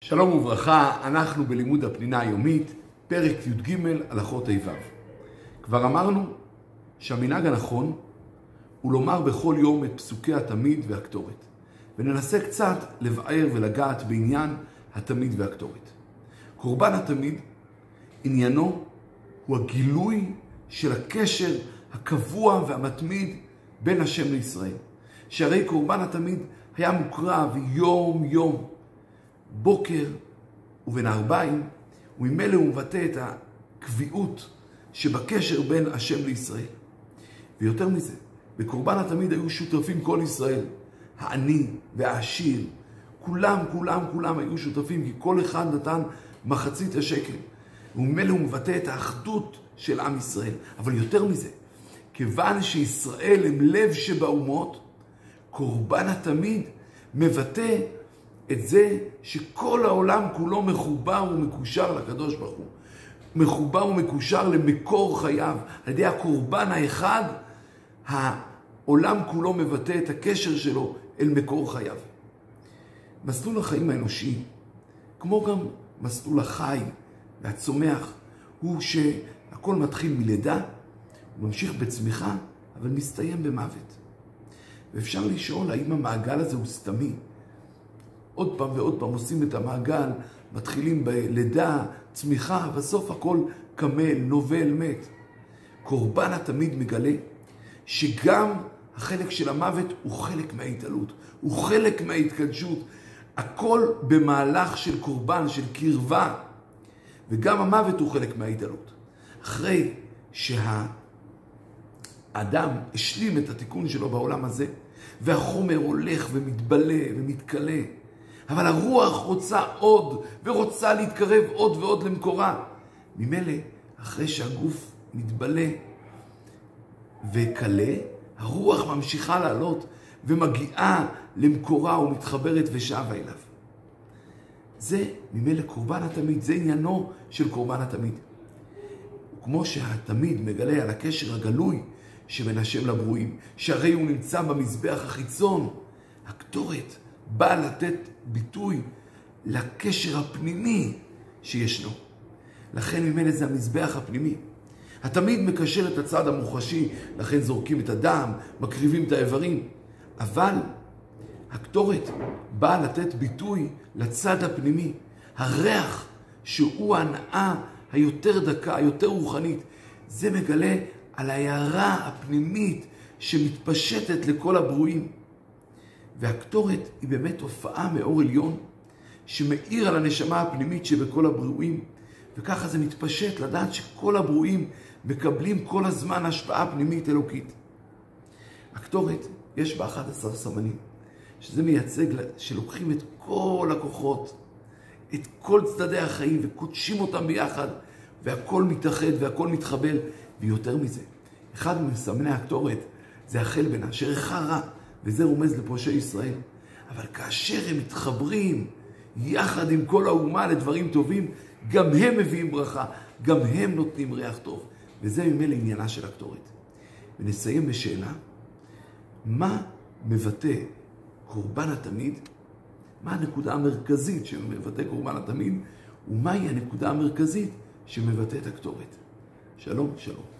שלום וברכה, אנחנו בלימוד הפנינה היומית, פרק י"ג הלכות ה'-ו'. כבר אמרנו שהמנהג הנכון הוא לומר בכל יום את פסוקי התמיד והקטורת. וננסה קצת לבאר ולגעת בעניין התמיד והקטורת. קורבן התמיד, עניינו הוא הגילוי של הקשר הקבוע והמתמיד בין השם לישראל. שהרי קורבן התמיד היה מוקרב יום יום, בוקר ובין הערביים, וממילא הוא מבטא את הקביעות שבקשר בין השם לישראל. ויותר מזה, בקורבן התמיד היו שותפים כל ישראל, העני והעשיר, כולם היו שותפים, כי כל אחד נתן מחצית השקל. וממילא הוא מבטא את האחדות של עם ישראל. אבל יותר מזה, כיוון שישראל הם לב שבאומות, קורבן התמיד מבטא את זה שכל העולם כולו מחובר ומקושר לקדוש ברוך הוא. מחובר ומקושר למקור חייו. על ידי הקורבן האחד, העולם כולו מבטא את הקשר שלו אל מקור חייו. מסלול החיים האנושי, כמו גם מסלול החי והצומח, הוא שהכל מתחיל מלידה, הוא ממשיך בצמיחה, אבל מסתיים במוות. ואפשר לשאול האם המעגל הזה הוא סתמי. עוד פעם ועוד פעם עושים את המעגל, מתחילים בלידה, צמיחה, בסוף הכל קמל, נובל, מת. קורבן התמיד מגלה שגם החלק של המוות הוא חלק מההתעלות, הוא חלק מההתקדשות. הכל במהלך של קורבן, של קרבה, וגם המוות הוא חלק מההתעלות. אחרי שהאדם השלים את התיקון שלו בעולם הזה, והחומר הולך ומתבלה ומתקלה, אבל הרוח רוצה עוד, ורוצה להתקרב עוד ועוד למקורה. ממילא, אחרי שהגוף מתבלה וקלה, הרוח ממשיכה לעלות, ומגיעה למקורה ומתחברת ושבה אליו. זה ממילא קורבן התמיד, זה עניינו של קורבן התמיד. כמו שהתמיד מגלה על הקשר הגלוי שבין השם לברואים, שהרי הוא נמצא במזבח החיצון, הקטורת באה לתת ביטוי לקשר הפנימי שישנו. לכן ממילא זה המזבח הפנימי. התמיד מקשר את הצד המוחשי, לכן זורקים את הדם, מקריבים את האיברים. אבל הקטורת באה לתת ביטוי לצד הפנימי. הריח שהוא ההנאה היותר דקה, היותר רוחנית, זה מגלה על ההערה הפנימית שמתפשטת לכל הברואים. והקטורת היא באמת הופעה מאור עליון שמאיר על הנשמה הפנימית שבכל הברואים, וככה זה מתפשט לדעת שכל הברואים מקבלים כל הזמן השפעה פנימית אלוקית. הקטורת יש בה 11 סמנים, שזה מייצג שלוקחים את כל הכוחות, את כל צדדי החיים וקודשים אותם ביחד, והכל מתאחד והכל מתחבל. ויותר מזה, אחד מסמני הקטורת זה החל בין אשר חרא, וזה רומז לפושעי ישראל. אבל כאשר הם מתחברים יחד עם כל האומה לדברים טובים, גם הם מביאים ברכה, גם הם נותנים ריח טוב. וזה ממילא עניינה של הקטורת. ונסיים בשאלה, מה מבטא קורבן התמיד? מה הנקודה המרכזית שמבטא קורבן התמיד? ומהי הנקודה המרכזית שמבטא את הקטורת? שלום, שלום.